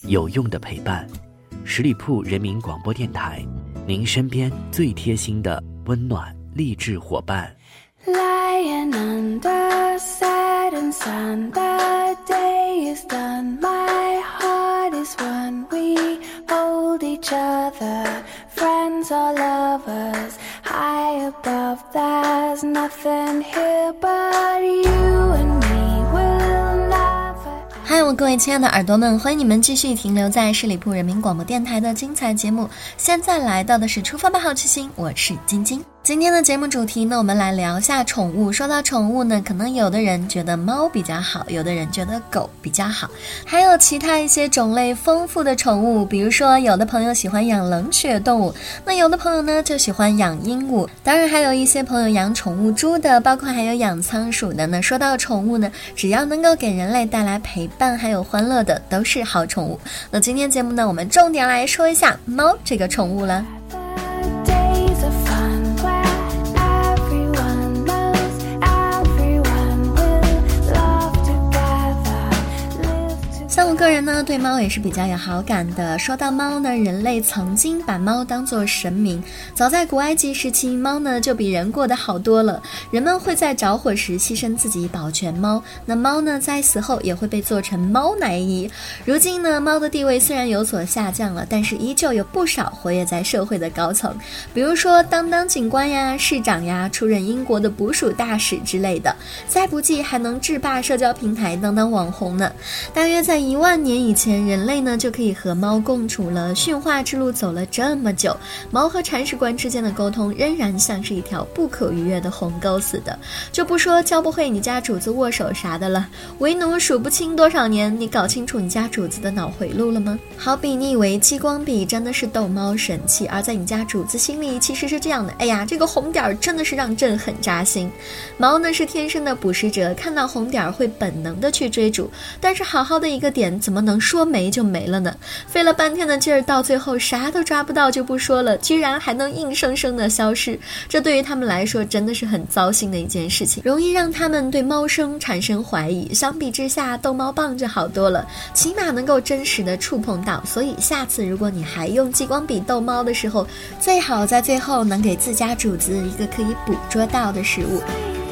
有用的陪伴。十里铺人民广播电台，您身边最贴心的温暖励志伙伴。 Lying under setting sun, the day is done, my heart is one, we hold each other, friends or lovers, high above, there's nothing here but you and me will never。 嗨，各位亲爱的耳朵们，欢迎你们继续停留在十里铺人民广播电台的精彩节目。现在来到的是出发吧好奇心，我是晶晶。今天的节目主题呢，我们来聊一下宠物。说到宠物呢，可能有的人觉得猫比较好，有的人觉得狗比较好，还有其他一些种类丰富的宠物，比如说有的朋友喜欢养冷血动物，那有的朋友呢就喜欢养鹦鹉，当然还有一些朋友养宠物猪的，包括还有养仓鼠的呢。说到宠物呢，只要能够给人类带来陪伴还有欢乐的，都是好宠物。那今天节目呢，我们重点来说一下猫这个宠物了。像我个人呢，对猫也是比较有好感的。说到猫呢，人类曾经把猫当作神明。早在古埃及时期，猫呢就比人过得好多了。人们会在着火时牺牲自己保全猫，那猫呢在死后也会被做成猫奶仪。如今呢，猫的地位虽然有所下降了，但是依旧有不少活跃在社会的高层，比如说当警官呀、市长呀、出任英国的捕鼠大使之类的。再不济还能制霸社交平台当网红呢。大约在1万年以前，人类呢就可以和猫共处了。驯化之路走了这么久，猫和铲屎官之间的沟通仍然像是一条不可逾越的鸿沟似的。就不说教不会你家主子握手啥的了，为奴数不清多少年，你搞清楚你家主子的脑回路了吗？好比你以为激光笔真的是逗猫神器，而在你家主子心里其实是这样的，哎呀，这个红点真的是让朕很扎心。猫呢是天生的捕食者，看到红点会本能的去追逐，但是好好的一个点怎么能说没就没了呢？费了半天的劲儿，到最后啥都抓不到就不说了，居然还能硬生生的消失，这对于他们来说真的是很糟心的一件事情，容易让他们对猫生产生怀疑。相比之下，逗猫棒就好多了，起码能够真实的触碰到。所以下次如果你还用激光笔逗猫的时候，最好在最后能给自家主子一个可以捕捉到的食物。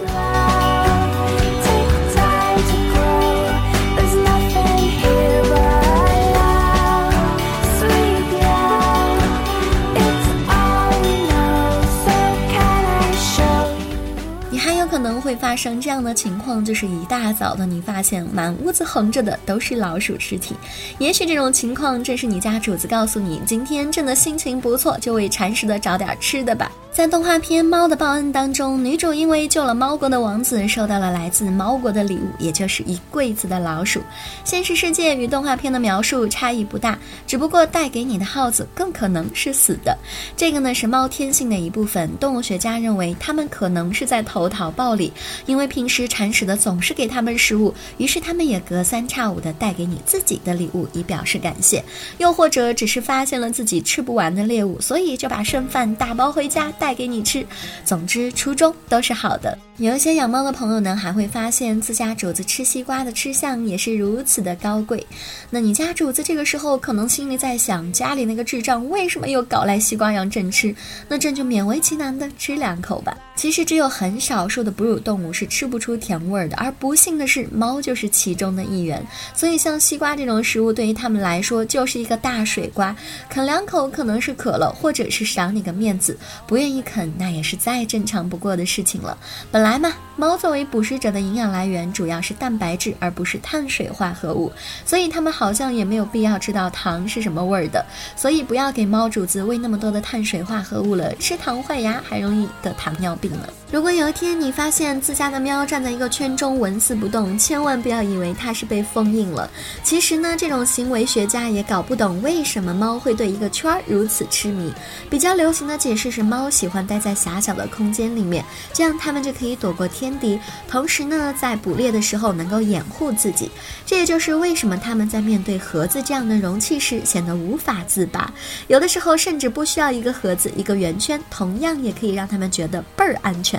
可能会发生这样的情况，就是一大早的你发现满屋子横着的都是老鼠尸体。也许这种情况正是你家主子告诉你，今天真的心情不错，就为铲屎的找点吃的吧。在动画片《猫的报恩》当中，女主因为救了猫国的王子，收到了来自猫国的礼物，也就是一柜子的老鼠。现实世界与动画片的描述差异不大，只不过带给你的耗子更可能是死的。这个呢是猫天性的一部分，动物学家认为它们可能是在投桃报李，因为平时铲屎的总是给它们食物，于是它们也隔三差五的带给你自己的礼物以表示感谢，又或者只是发现了自己吃不完的猎物，所以就把剩饭打包回家带给你吃。总之初衷都是好的。有一些养猫的朋友呢，还会发现自家主子吃西瓜的吃相也是如此的高贵。那你家主子这个时候可能心里在想，家里那个智障为什么又搞来西瓜让朕吃，那朕就勉为其难的吃2口吧。其实只有很少数的哺乳动物是吃不出甜味的，而不幸的是猫就是其中的一员。所以像西瓜这种食物对于他们来说就是一个大水瓜，啃2口可能是渴了，或者是赏你个面子，不愿意啃那也是再正常不过的事情了。本来嘛，猫作为捕食者的营养来源主要是蛋白质而不是碳水化合物，所以它们好像也没有必要知道糖是什么味儿的。所以不要给猫主子喂那么多的碳水化合物了，吃糖坏牙还容易得糖尿病了。如果有一天你发现自家的喵站在一个圈中纹丝不动，千万不要以为它是被封印了。其实呢，这种行为学家也搞不懂为什么猫会对一个圈如此痴迷。比较流行的解释是，猫喜欢待在狭小的空间里面，这样它们就可以躲过天敌，同时呢，在捕猎的时候能够掩护自己。这也就是为什么它们在面对盒子这样的容器时显得无法自拔。有的时候甚至不需要一个盒子，一个圆圈同样也可以让它们觉得倍儿安全。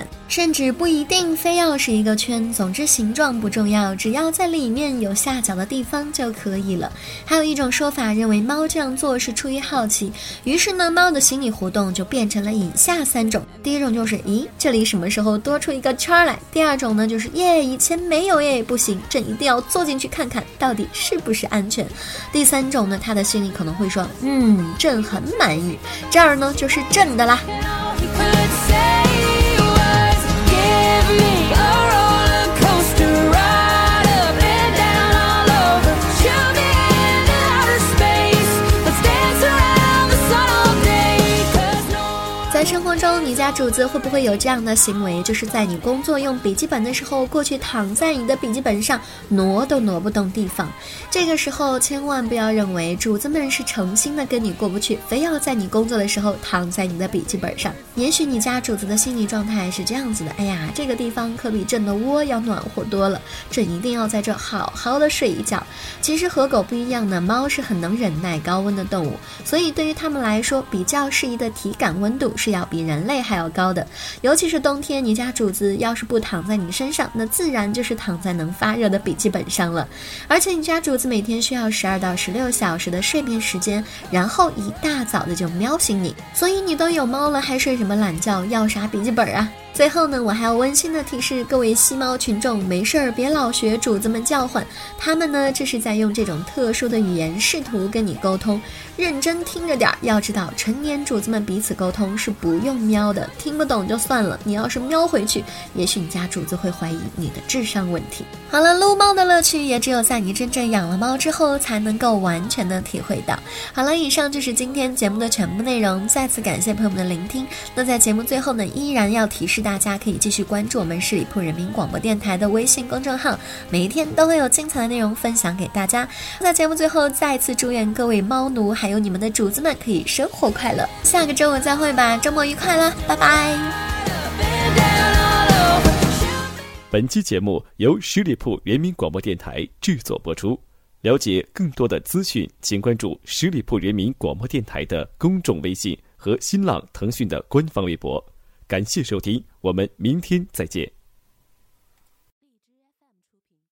圈，甚至不一定非要是一个圈，总之形状不重要，只要在里面有下脚的地方就可以了。还有一种说法认为猫这样做是出于好奇，于是呢猫的心理活动就变成了以下3种。第一种就是咦，这里什么时候多出一个圈来。第二种呢就是耶，以前没有耶，不行，这一定要坐进去看看到底是不是安全。第三种呢，他的心里可能会说朕很满意，这儿呢就是朕的啦。在生活中，你家主子会不会有这样的行为，就是在你工作用笔记本的时候，过去躺在你的笔记本上，挪都挪不动地方。这个时候千万不要认为主子们是诚心的跟你过不去，非要在你工作的时候躺在你的笔记本上。也许你家主子的心理状态是这样子的，哎呀，这个地方可比朕的窝要暖和多了，朕一定要在这好好的睡一觉。其实和狗不一样呢，猫是很能忍耐高温的动物，所以对于它们来说，比较适宜的体感温度是要比人类还要高的。尤其是冬天，你家主子要是不躺在你身上，那自然就是躺在能发热的笔记本上了。而且你家主子每天需要12到16小时的睡眠时间，然后一大早的就喵醒你，所以你都有猫了还睡什么懒觉，要啥笔记本啊？最后呢，我还要温馨的提示各位吸猫群众，没事儿别老学主子们叫唤，他们呢这是在用这种特殊的语言试图跟你沟通，认真听着点。要知道成年主子们彼此沟通是不用喵的，听不懂就算了，你要是喵回去，也许你家主子会怀疑你的智商问题。好了，撸猫的乐趣也只有在你真正养了猫之后才能够完全的体会到。好了，以上就是今天节目的全部内容，再次感谢朋友们的聆听。那在节目最后呢，依然要提示大家可以继续关注我们十里铺人民广播电台的微信公众号，每一天都会有精彩的内容分享给大家。在节目最后再次祝愿各位猫奴还有你们的主子们可以生活快乐，下个周五再会吧，周末愉快啦，拜拜。 本期节目由十里铺人民广播电台制作播出。了解更多的资讯，请关注十里铺人民广播电台的公众微信和新浪、腾讯的官方微博。感谢收听，我们明天再见。